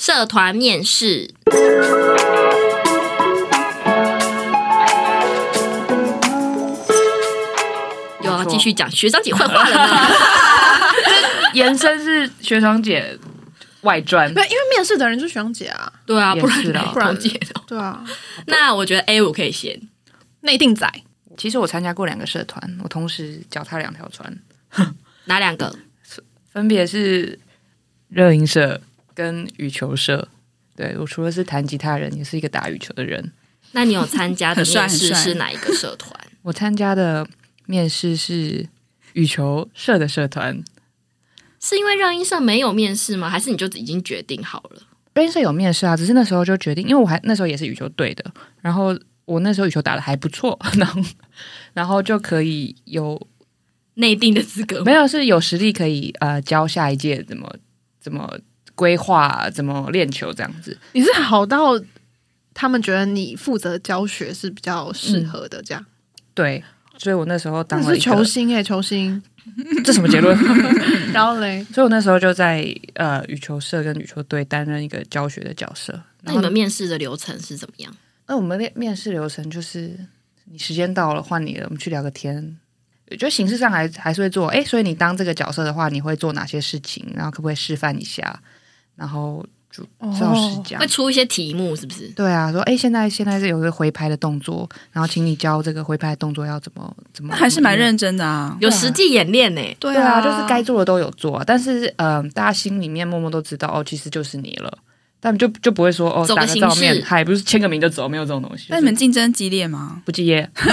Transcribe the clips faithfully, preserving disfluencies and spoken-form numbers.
社团面试。又要继续讲学长姐坏话了呢。 延伸是学长姐外传， 对，因为面试的人就是学长姐啊。 对啊，不然不然姐对啊。 那我觉得 A 五可以先内定仔。 其实我参加过两个社团，我同时脚踏两条船。 哪两个？ 分别是热音社跟羽球社。对，我除了是弹吉他人，也是一个打羽球的人。 那你有参加的面试是哪一个社团？ 我参加的面试是羽球社的社团。 是因为热音社没有面试吗？还是你就已经决定好了？ 热音社有面试啊，只是那时候就决定，因为我还那时候也是羽球队的，然后我那时候羽球打得还不错，然后然后就可以有内定的资格。 没有，是有实力可以呃教下一届怎么怎么规划，怎么练球这样子。 你是好到他们觉得你负责教学是比较适合的，这样、 嗯、对，所以我那时候当了一个是球星哎、欸，球星。 这什么结论？ 然后嘞， 所以我那时候就在呃羽球社跟羽球队担任一个教学的角色。 那你们面试的流程是怎么样？ 那我们面试流程就是你时间到了换你了，我们去聊个天。我觉得形式上还还是会做，哎，所以你当这个角色的话，你会做哪些事情？然后可不可以示范一下？然后就照实讲、 哦，会出一些题目是不是？ 对啊，说哎，现在现在是有一个回拍的动作，然后请你教这个回拍的动作要怎么怎么。 那还是蛮认真的啊， 有实际演练呢、欸。 对啊，就是该做的都有做、啊，但是嗯、呃，大家心里面默默都知道哦，其实就是你了。但就就不会说哦，打个照面，还不是签个名就走，没有这种东西。 那你们竞争激烈吗？ 不激烈。 所以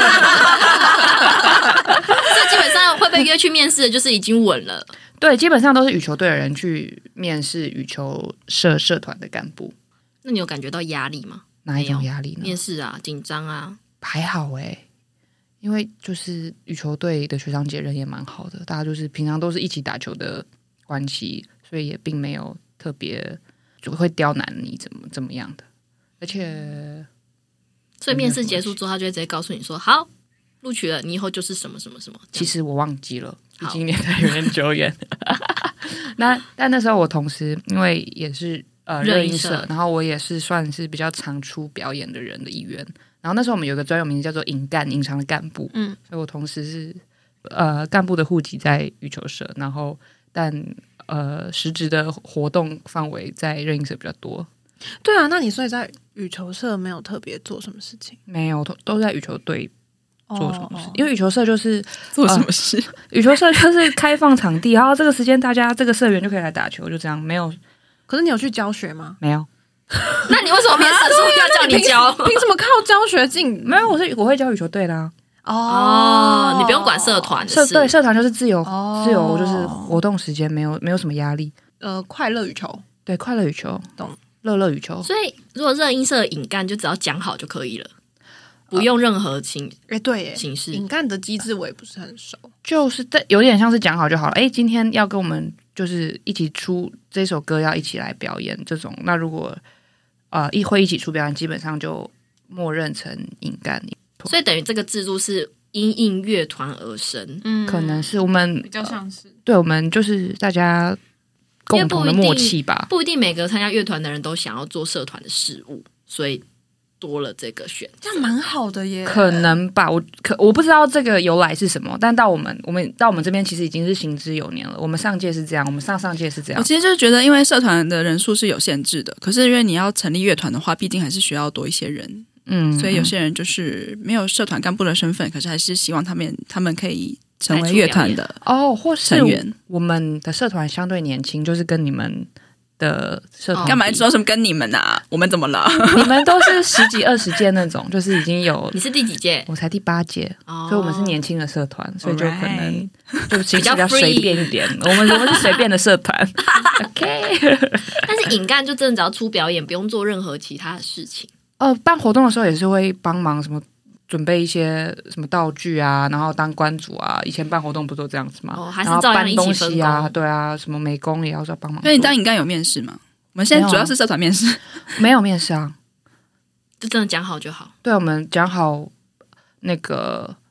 基本上会被约去面试的，就是已经稳了。 对，基本上都是羽球队的人去面试羽球社社团的干部。 那你有感觉到压力吗？ 哪一种压力呢？ 面试啊，紧张啊， 还好哎、欸，因为就是羽球队的学长姐人也蛮好的，大家就是平常都是一起打球的关系，所以也并没有特别就会刁难你怎么怎么样的。而且， 所以面试结束之后，他就会直接告诉你说：“好，录取了，你以后就是什么什么什么。” 其实我忘记了。今年代有点久远。那但那时候我同时因为也是呃热音社，然后我也是算是比较常出表演的人的一员。然后那时候我们有一个专有名字叫做隐干，隐藏的干部。嗯，所以我同时是呃干部的户籍在羽球社，然后但呃实质的活动范围在热音社比较多。 对啊，那你所以在羽球社没有特别做什么事情？ 没有，都都在羽球队。做什么事？哦、因为羽球社就是做什么事？ 呃、羽球社就是开放场地，然后这个时间大家这个社员就可以来打球，就这样。没有， 可是你有去教学吗？ 没有。 那你为什么面试的时候要叫你教？ 凭什么靠教学进？ 没有，我是我会教羽球队的啊。 哦，你不用管社团的事。 社对社团就是自由、哦、自由，就是活动时间没有没有什么压力。 呃，快乐羽球， 对，快乐羽球， 懂？ 乐乐羽球。 所以如果热音社引干，就只要讲好就可以了。不用任何形哎、呃，对耶， 形式引干的机制我也不是很熟， 就是在有点像是讲好就好了。哎，今天要跟我们就是一起出这首歌，要一起来表演这种。那如果呃一会一起出表演，基本上就默认成引干。 所以等于这个制度是因应乐团而生， 嗯， 可能是我们比较像是、呃、 对我们就是大家共同的默契吧。 不一定每个参加乐团的人都想要做社团的事务，所以。多了这个选择， 这样蛮好的耶。 可能吧，我可我不知道这个由来是什么，但到我们我们到我们这边其实已经是行之有年了。我们上届是这样，我们上上届是这样。 我其实就是觉得，因为社团的人数是有限制的，可是因为你要成立乐团的话，毕竟还是需要多一些人。嗯，所以有些人就是没有社团干部的身份，可是还是希望他们他们可以成为乐团的哦，或是成员。 我们的社团相对年轻，就是跟你们。的社团干嘛说什么跟你们啊？我们怎么了？ 你们都是十几二十届那种，就是已经有。 你是第几届？ 我才第八届，哦、所以我们是年轻的社团，所以就可能就比较随便一点。我们我们是随便的社团。OK， 但是引干就真的只要出表演，不用做任何其他的事情。 呃，办活动的时候也是会帮忙什么。准备一些什么道具啊，然后当关主啊，以前办活动不都这样子吗？ 哦，还是照样一起分工啊，对啊，什么美工也要帮忙。 所以你当引干有面试吗？我们现在主要是社团面试， 没有面试啊， 就真的讲好就好。 对，我们讲好那个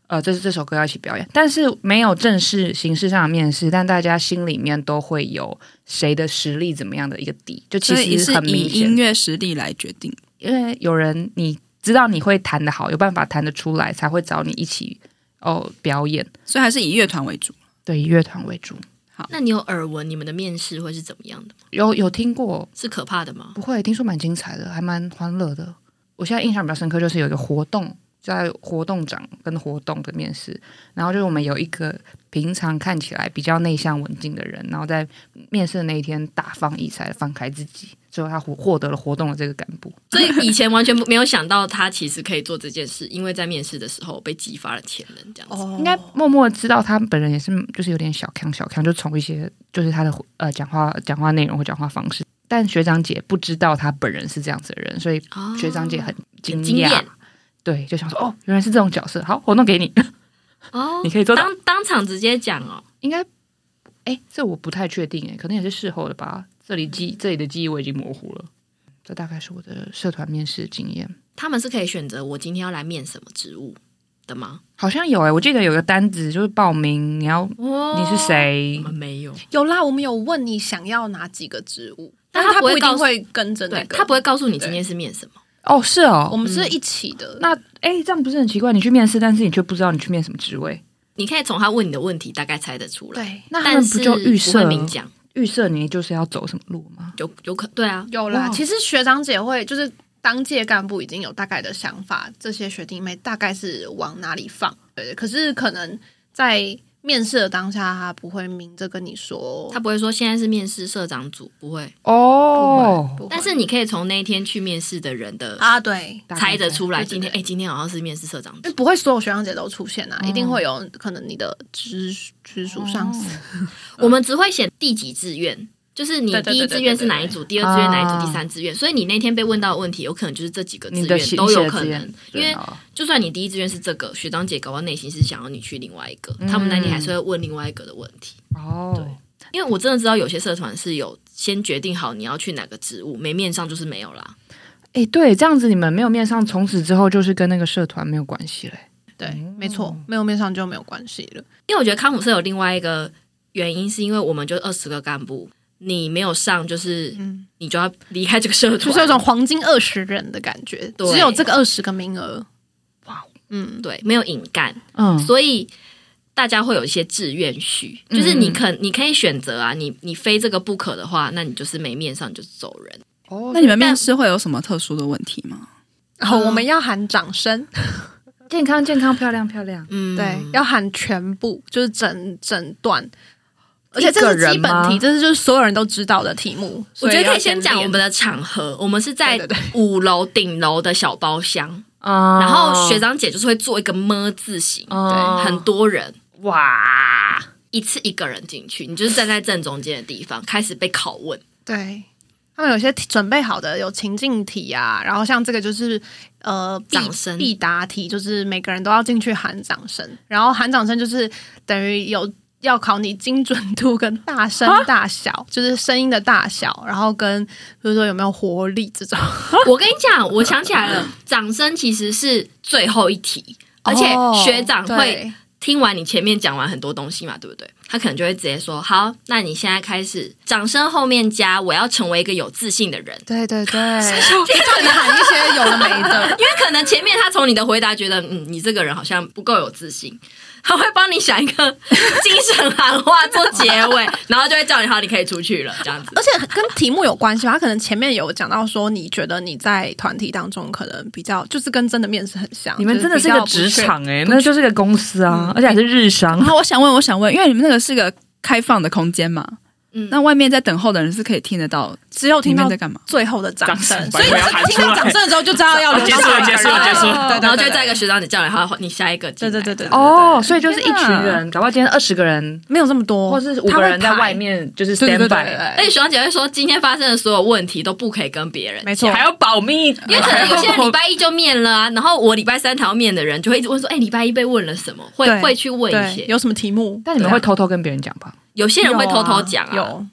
呃，这这首歌要一起表演，但是没有正式形式上的面试，但大家心里面都会有谁的实力怎么样的一个底，就其实很明显， 以音乐实力来决定， 因为有人你知道你会弹得好，有办法弹得出来，才会找你一起哦表演， 所以还是以乐团为主， 对，以乐团为主。 好，那你有耳闻你们的面试会是怎么样的吗？ 有有听过， 是可怕的吗？ 不会，听说蛮精彩的，还蛮欢乐的。我现在印象比较深刻，就是有一个活动。在活动长跟活动的面试，然后就是我们有一个平常看起来比较内向稳静的人，然后在面试的那一天大放异彩，放开自己，最后他获得了活动的这个干部。 所以以前完全没有想到他其实可以做这件事，因为在面试的时候被激发了潜能，这样子。 哦应该默默知道他本人也是就是有点小康小康，就从一些就是他的呃讲话讲话内容或讲话方式，但学长姐不知道他本人是这样子的人，所以学长姐很惊讶。对，就想说哦，原来是这种角色，好，活动给你哦， 你可以做到当当场直接讲哦， 应该，哎，这我不太确定，哎，可能也是事后的吧。这里记这里的记忆我已经模糊了。这大概是我的社团面试经验。 他们是可以选择我今天要来面什么职务的吗？ 好像有哎，我记得有个单子就是报名，你要、 哦、 你是谁？ 我们没有， 有啦，我们有问你想要哪几个职务， 但他不他不会告诉一定会跟着那个， 他不会告诉你今天是面什么。 哦，是哦， 我们是一起的。 嗯、那哎，这样不是很奇怪？你去面试，但是你却不知道你去面什么职位。 你可以从他问你的问题大概猜得出来。 对， 那他们不就预设明讲？ 预设你就是要走什么路吗？ 有有可对啊， 有啦。其实学长姐会就是当届干部已经有大概的想法，这些学弟妹大概是往哪里放。对，可是可能在面试的当下，他不会明着跟你说， 他不会说现在是面试社长组，不会哦。 不会， 但是你可以从那一天去面试的人的啊，对， 猜得出来，今天哎， 对对对今天好像是面试社长组， 不会所有学长姐都出现啊， 嗯、 一定会有可能你的直直属上司。 哦、 我们只会写第几志愿。就是你第一志愿是哪一组，第二志愿哪一组，第三志愿，所以你那天被问到的问题，有可能就是这几个志愿都有可能。因为就算你第一志愿是这个，学长姐搞到内心是想要你去另外一个，嗯、他们那天还是会问另外一个的问题。 哦， 对，因为我真的知道有些社团是有先决定好你要去哪个职务，没面上就是没有啦。 哎、欸，对，这样子你们没有面上，从此之后就是跟那个社团没有关系嘞。 对，嗯、没错，没有面上就没有关系了。 因为我觉得康复社有另外一个原因，是因为我们就二十个干部。你没有上，就是你就要离开这个社团， 就是有种黄金二十人的感觉，只有这个二十个名额。 哇，嗯，对，没有引干， 嗯， 所以大家会有一些志愿序，就是你可你可以选择啊，你你非这个不可的话，那你就是没面上就是走人。 哦， 那你们面试会有什么特殊的问题吗？ 哦，我们要喊掌声， 健康健康漂亮漂亮， 嗯，对，要喊全部，就是整整段。而且这是基本题，这是就是所有人都知道的题目。 我觉得可以先讲我们的场合，我们是在五楼顶楼的小包厢， 嗯、 然后学长姐就是会做一个么字形， 嗯、 对，很多人， 哇， 一次一个人进去，你就是站在正中间的地方，开始被拷问。 对，他们有些准备好的有情境题啊，然后像这个就是呃掌声必答题，就是每个人都要进去喊掌声，然后喊掌声就是等于有。要考你精准度跟大声大小，就是声音的大小，然后跟比如说有没有活力这种。 我跟你讲，我想起来了，掌声其实是最后一题，而且学长会听完你前面讲完很多东西嘛，对不对？他可能就会直接说：“好，那你现在开始，掌声后面加我要成为一个有自信的人。” 对对对，叫你喊一些有的没的， 因为可能前面他从你的回答觉得，嗯，你这个人好像不够有自信。他会帮你想一个精神喊话做结尾，然后就会叫你好，你可以出去了，这样子。 而且跟题目有关系吧？他可能前面有讲到说，你觉得你在团体当中可能比较，就是跟真的面试很像。 你们真的是个职场哎、欸，那就是个公司啊，嗯、而且还是日商。 然后我想问，我想问，因为你们那个是个开放的空间嘛？嗯，那外面在等候的人是可以听得到， 只有听到在干嘛？ 最后的掌声， 所以你听到掌声的时候就知道要结束了，结束了，结束了。 对，然后就再一个学长姐叫你，好，你下一个进来。 对对对对。 哦，所以就是一群人，搞不好今天二十个人， 没有这么多， 或是五个人在外面，就是 stand by。 而且学长姐会说，今天发生的所有问题都不可以跟别人， 没错， 还要保密， 因为可能有些人礼拜一就面了啊，然后我礼拜三才要面的人就会一直问说，哎，礼拜一被问了什么？会会去问一些有什么题目？ 但你们会偷偷跟别人讲吧？ 有些人会偷偷讲啊。 有。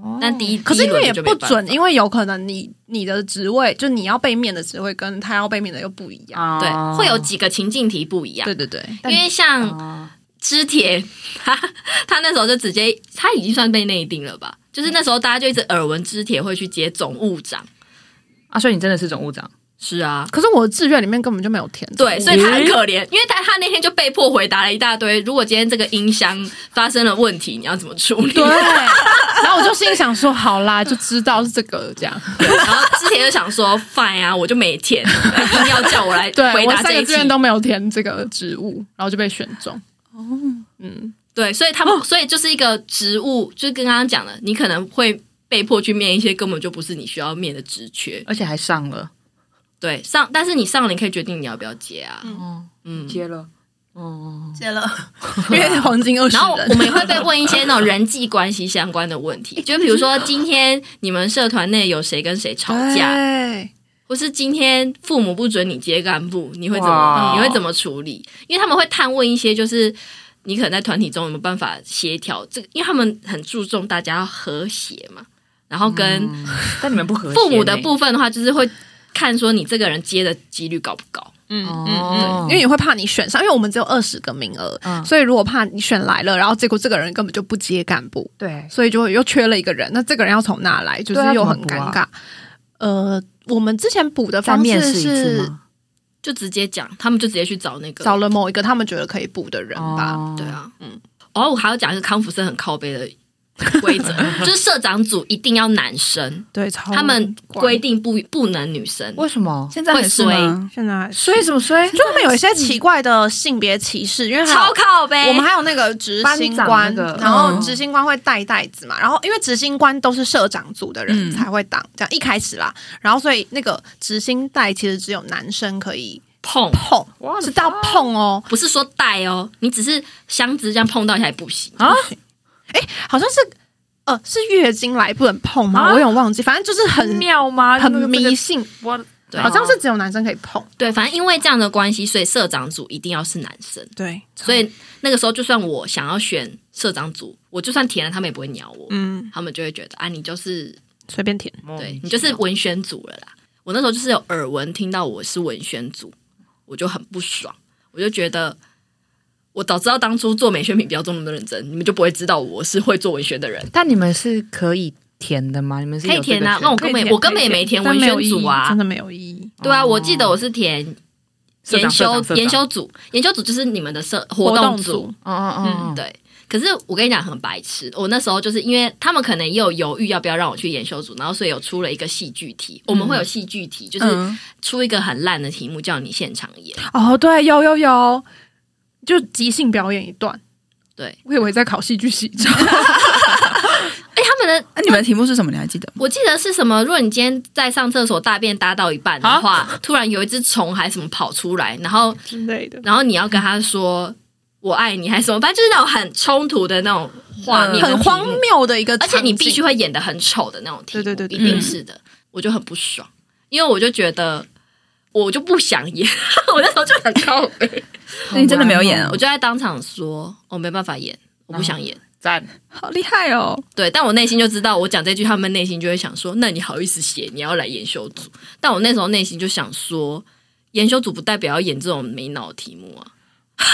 哦、但第一可是因为也不准， 因因为有可能你你的职位就你要被面的职位跟他要被面的又不一样， 对，会有几个情境题不一样。 对对对， 因为像知铁，他他那时候就直接他已经算被内定了吧？就是那时候大家就一直耳闻知铁会去接总务长啊，所以你真的是总务长。 是啊， 可是我的志愿里面根本就没有填， 对，所以他很可怜，因为他他那天就被迫回答了一大堆。如果今天这个音箱发生了问题，你要怎么处理？ 对，然后我就心里想说，好啦，就知道是这个这样。 然后之前就想说 ，fine 啊，我就没填，硬要叫我来回答这一题， 我三个志愿都没有填这个职务，然后就被选中。 哦，嗯，对，所以他们，哦、所以就是一个职务，就是跟刚刚讲的，你可能会被迫去面一些根本就不是你需要面的职缺， 而且还上了。 对，上，但是你上了，你可以决定你要不要接啊。 嗯嗯，接了， 哦，接了，因为黄金二十人。 然后我们也会被问一些那种人际关系相关的问题，就比如说今天你们社团内有谁跟谁吵架，或是今天父母不准你接干部，你会怎么你会怎么处理？因为他们会探问一些，就是你可能在团体中有没有办法协调这个，因为他们很注重大家要和谐嘛。然后跟、嗯、 但你们不和谐， 父母的部分的话，就是会。看说你这个人接的几率高不高？ 嗯嗯嗯，因为你会怕你选上，因为我们只有二十个名额，嗯、所以如果怕你选来了，然后结果这个人根本就不接干部， 对， 所以就又缺了一个人，那这个人要从哪来，就是又很尴尬。啊、呃，我们之前补的方式是就直接讲，他们就直接去找那个找了某一个他们觉得可以补的人吧。 哦、对啊，嗯，然后我还要讲一个康复生很靠背的。规则就是社长组一定要男生， 对， 他们规定不不能女生。 为什么？ 现在会衰？ 现在衰什么衰？ 就他们有一些奇怪的性别歧视，因为超靠背。 我们还有那个执行官，那个、然后执行官会带袋子嘛，然后因为执行官都是社长组的人才会当，嗯、这样一开始啦，然后所以那个执行袋其实只有男生可以碰碰，是到碰哦， 不是说带哦，你只是箱子这样碰到一下也不行啊。哎，好像是，呃，是月经来不能碰吗？啊、我有点忘记，反正就是很妙吗？ 很迷信，我好像是只有男生可以碰。 对，反正因为这样的关系，所以社长组一定要是男生。 对， 所以那个时候，就算我想要选社长组，我就算填了，他们也不会鸟我。嗯，他们就会觉得啊，你就是随便填， 对你就是文宣组了啦。我那时候就是有耳闻听到我是文宣组，我就很不爽，我就觉得。我早知道当初做美宣品不要做那么认真，你们就不会知道我是会做文宣的人。 但你们是可以填的吗？你们是可以填啊，那我根本我根本也没填文宣组啊， 真的没有意义。 对啊，我记得我是填研修研修组，研修组就是你们的社活动组。 嗯嗯嗯， 对。可是我跟你讲很白痴，我那时候就是因为他们可能也有犹豫要不要让我去研修组，然后所以有出了一个戏剧题，我们会有戏剧题，就是出一个很烂的题目叫你现场演。 哦，对，有有有。就即兴表演一段， 对， 我以为在考戏剧系。哎、 欸，他们的那、啊、你们的题目是什么？你还记得吗？ 我记得是什么？如果你今天在上厕所大便搭到一半的话，啊、突然有一只虫还是什么跑出来，然后之类的， 然后你要跟他说“我爱你”还是什么，反正就是那种很冲突的那种画面、 嗯，很荒谬的一个， 而且你必须会演得很丑的那种题目， 对对对， 一定是的。嗯、我就很不爽，因为我就觉得。我就不想演，我那时候就很靠北。 那你真的没有演啊？ 我就在当场说，我、哦、没办法演，我不想演。 赞， 好厉害哦！ 对，但我内心就知道，我讲这句，他们内心就会想说，那你好意思写，你要来研修组？但我那时候内心就想说，研修组不代表要演这种没脑的题目啊。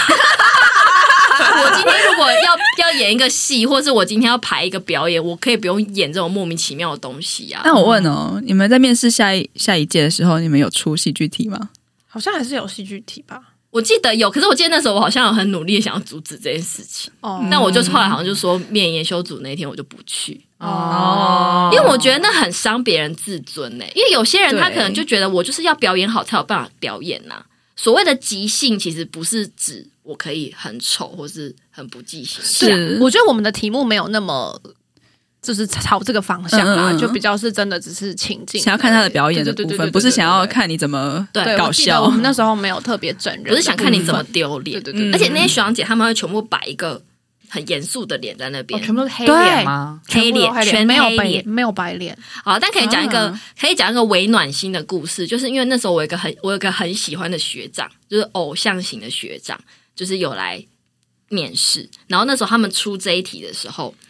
我今天如果要要演一个戏，或是我今天要排一个表演，我可以不用演这种莫名其妙的东西啊。 那我问哦，你们在面试下一下一届的时候，你们有出戏剧题吗？ 好像还是有戏剧题吧。 我记得有，可是我记得那时候我好像有很努力的想要阻止这件事情。哦，但我就是后来好像就说面研修组那天我就不去。哦，因为我觉得那很伤别人自尊欸。因为有些人他可能就觉得我就是要表演好才有办法表演呐、啊。所谓的即兴其实不是指我可以很丑或是很不即兴， 是我觉得我们的题目没有那么就是朝这个方向啦，嗯嗯就比较是真的只是情境， 想要看他的表演的部分，不是想要看你怎么搞笑。 我们那时候没有特别整人， 不是想看你怎么丢脸。 对对对， 而且那些学长姐他们会全部摆一个很严肃的脸在那边、 哦，全部都是黑脸吗？ 黑脸，全没有黑脸， 没有白脸。 好，但可以讲一个、啊，可以讲一个微暖心的故事，就是因为那时候我有一个很，我有一个很喜欢的学长，就是偶像型的学长，就是有来面试。然后那时候他们出这一题的时候，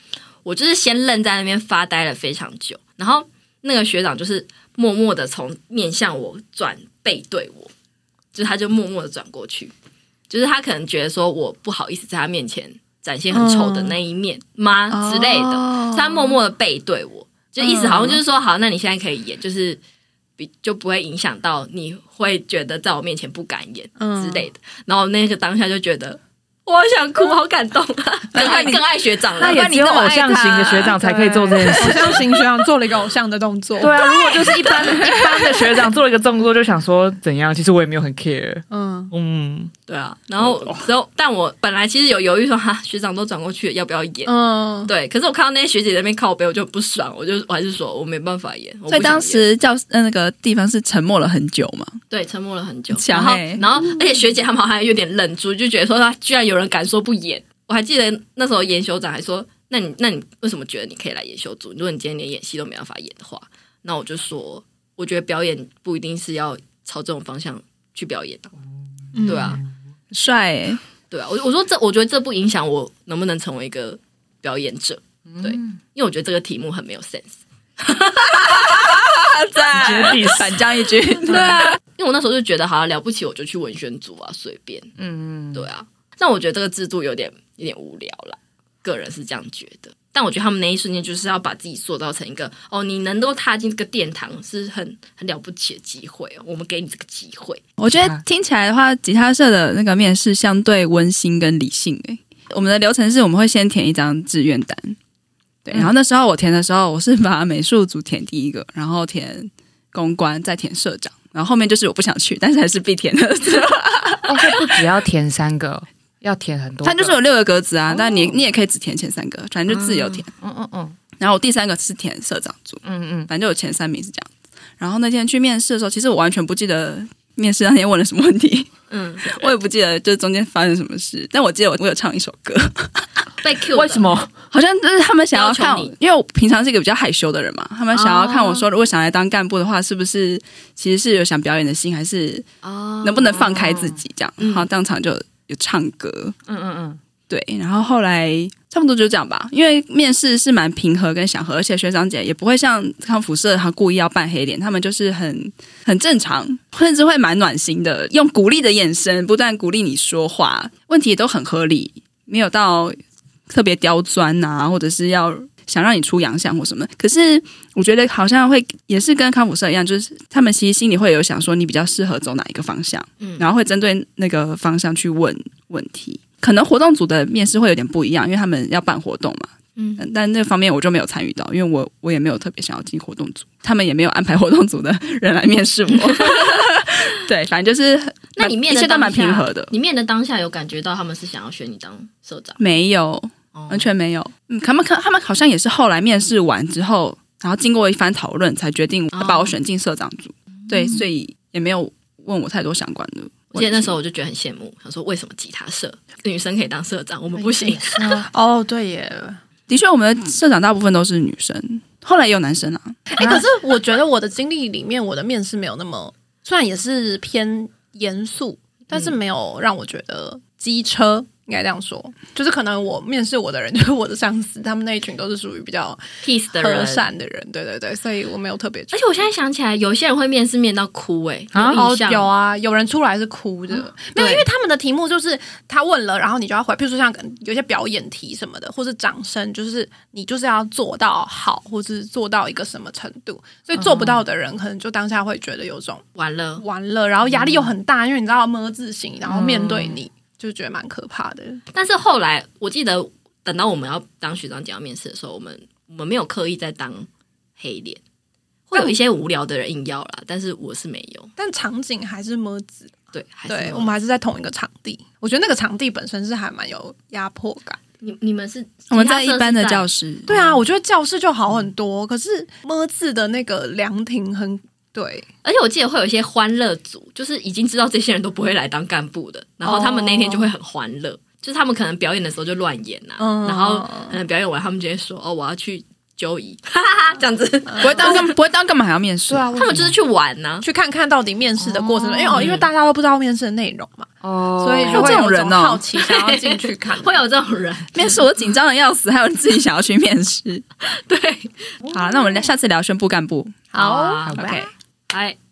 我就是先愣在那边发呆了非常久，然后那个学长就是默默的从面向我转背对我，就是他就默默的转过去，就是他可能觉得说我不好意思在他面前展现很丑的那一面吗、嗯、之类的，所以他默默的背对我，就意思好像就是说好，那你现在可以演，就是就不会影响到你会觉得在我面前不敢演之类的、嗯、然后那个当下就觉得我好想哭，好感动啊！更爱更爱学长了， 那也只有偶像型的学长才可以做这件事。 偶像型学长做了一个偶像的动作。 对啊，如果就是一般一般的学长做了一个动作，就想说怎样？其实我也没有很 care。嗯嗯，对啊。然后之后，但我本来其实有犹豫说，哈，学长都转过去了，要不要演？嗯，对。可是我看到那些学姐在那边靠背，我就不爽，我就我还是说我没办法演。 所以当时教那个地方是沉默了很久嘛？ 对，沉默了很久。然后，然后，而且学姐他们好像有点愣住，就觉得说他居然有人敢说不演。我还记得那时候研修长还说，那你那你为什么觉得你可以来研修组？如果你今天连演戏都没办法演的话，那我就说，我觉得表演不一定是要朝这种方向去表演的、嗯、对啊， 帅耶、欸、 对啊，我我说这我觉得这不影响我能不能成为一个表演者，对，因为我觉得这个题目很没有 sense。 在反将一军，对啊， 因为我那时候就觉得好了不起，我就去文宣组啊，随便，嗯，对啊。但我觉得这个制度有点有点无聊啦，个人是这样觉得。但我觉得他们那一瞬间就是要把自己塑造成一个哦，你能够踏进这个殿堂是很很了不起的机会哦，我们给你这个机会。 我觉得听起来的话，吉他社的那个面试相对温馨跟理性诶。我们的流程是我们会先填一张志愿单，对，然后那时候我填的时候，我是把美术组填第一个，然后填公关，再填社长，然后后面就是我不想去，但是还是必填的。 哦，所以不只要填三个。要填很多个， 它就是有六个格子啊，哦、但你你也可以只填前三个，反正就自由填。嗯嗯嗯。然后我第三个是填社长组，嗯嗯，反正就有前三名是这样。然后那天去面试的时候，其实我完全不记得面试那天问了什么问题，嗯，我也不记得就中间发生什么事，但我记得我我有唱一首歌。 被 Q 为什么？ 好像就是他们想要看，因为我平常是一个比较害羞的人嘛，他们想要看我说，如果想来当干部的话，是不是其实是有想表演的心，还是能不能放开自己这样？然后当场就有唱歌，嗯嗯嗯，对，然后后来差不多就这样吧，因为面试是蛮平和跟祥和，而且学长姐也不会像康复社他故意要扮黑脸，他们就是很很正常，甚至会蛮暖心的，用鼓励的眼神不断鼓励你说话，问题也都很合理，没有到特别刁钻啊，或者是要想让你出洋相或什么。可是我觉得好像会也是跟康复社一样，就是他们其实心里会有想说你比较适合走哪一个方向，嗯，然后会针对那个方向去问问题。可能活动组的面试会有点不一样，因为他们要办活动嘛，嗯，但那方面我就没有参与到，因为我我也没有特别想要进活动组，他们也没有安排活动组的人来面试我。对，反正就是那你面的当下蛮平和的。 你面的当下有感觉到他们是想要选你当社长？ 没有，完全没有。嗯，他们他们好像也是后来面试完之后，然后经过一番讨论才决定把我选进社长组。哦、对，所以也没有问我太多相关的。 我记得那时候我就觉得很羡慕，想说为什么吉他社女生可以当社长，我们不行？ 哦，对耶， 的确，我们的社长大部分都是女生，后来也有男生啊。 哎、欸，可是我觉得我的经历里面，我的面试没有那么，虽然也是偏严肃，但是没有让我觉得机车。应该这样说，就是可能我面试我的人就是我的上司，他们那一群都是属于比较 peace 的人、 和善的人，对对对，所以我没有特别。 而且我现在想起来，有些人会面试面到哭、欸，哎、啊， 哦，有啊，有人出来是哭的，嗯、没有，因为他们的题目就是他问了，然后你就要回，譬如说像有些表演题什么的，或是掌声，就是你就是要做到好，或是做到一个什么程度，所以做不到的人可能就当下会觉得有种完了完了，然后压力又很大，因为你知道么字形，然后面对你。嗯就觉得蛮可怕的， 但是后来我记得，等到我们要当学长姐要面试的时候，我们我们没有刻意在当黑脸，会有一些无聊的人硬要啦，但是我是没有。 但场景还是么子， 对，还是对，我们还是在同一个场地。我觉得那个场地本身是还蛮有压迫感。 你你们是我们在一般的教室， 对啊，我觉得教室就好很多，可是么字的那个凉亭很。对， 而且我记得会有一些欢乐组，就是已经知道这些人都不会来当干部的，然后他们那天就会很欢乐，哦、就是他们可能表演的时候就乱演啊，嗯、然后可能表演完他们就会说：“哦，我要去纠仪，哈哈哈，这样子不会当干不会当干嘛还要面试？ 对啊， 他们就是去玩呢、啊， 去看看到底面试的过程，因为哦，因为大家都不知道面试的内容嘛， 哦， 所以就会有这种人哦， 好奇想要进去看， 会有这种人， 面试我紧张的要死，还有人自己想要去面试。 对， 好，那我们下次聊宣布干部。 好啊 ，OK。 哎。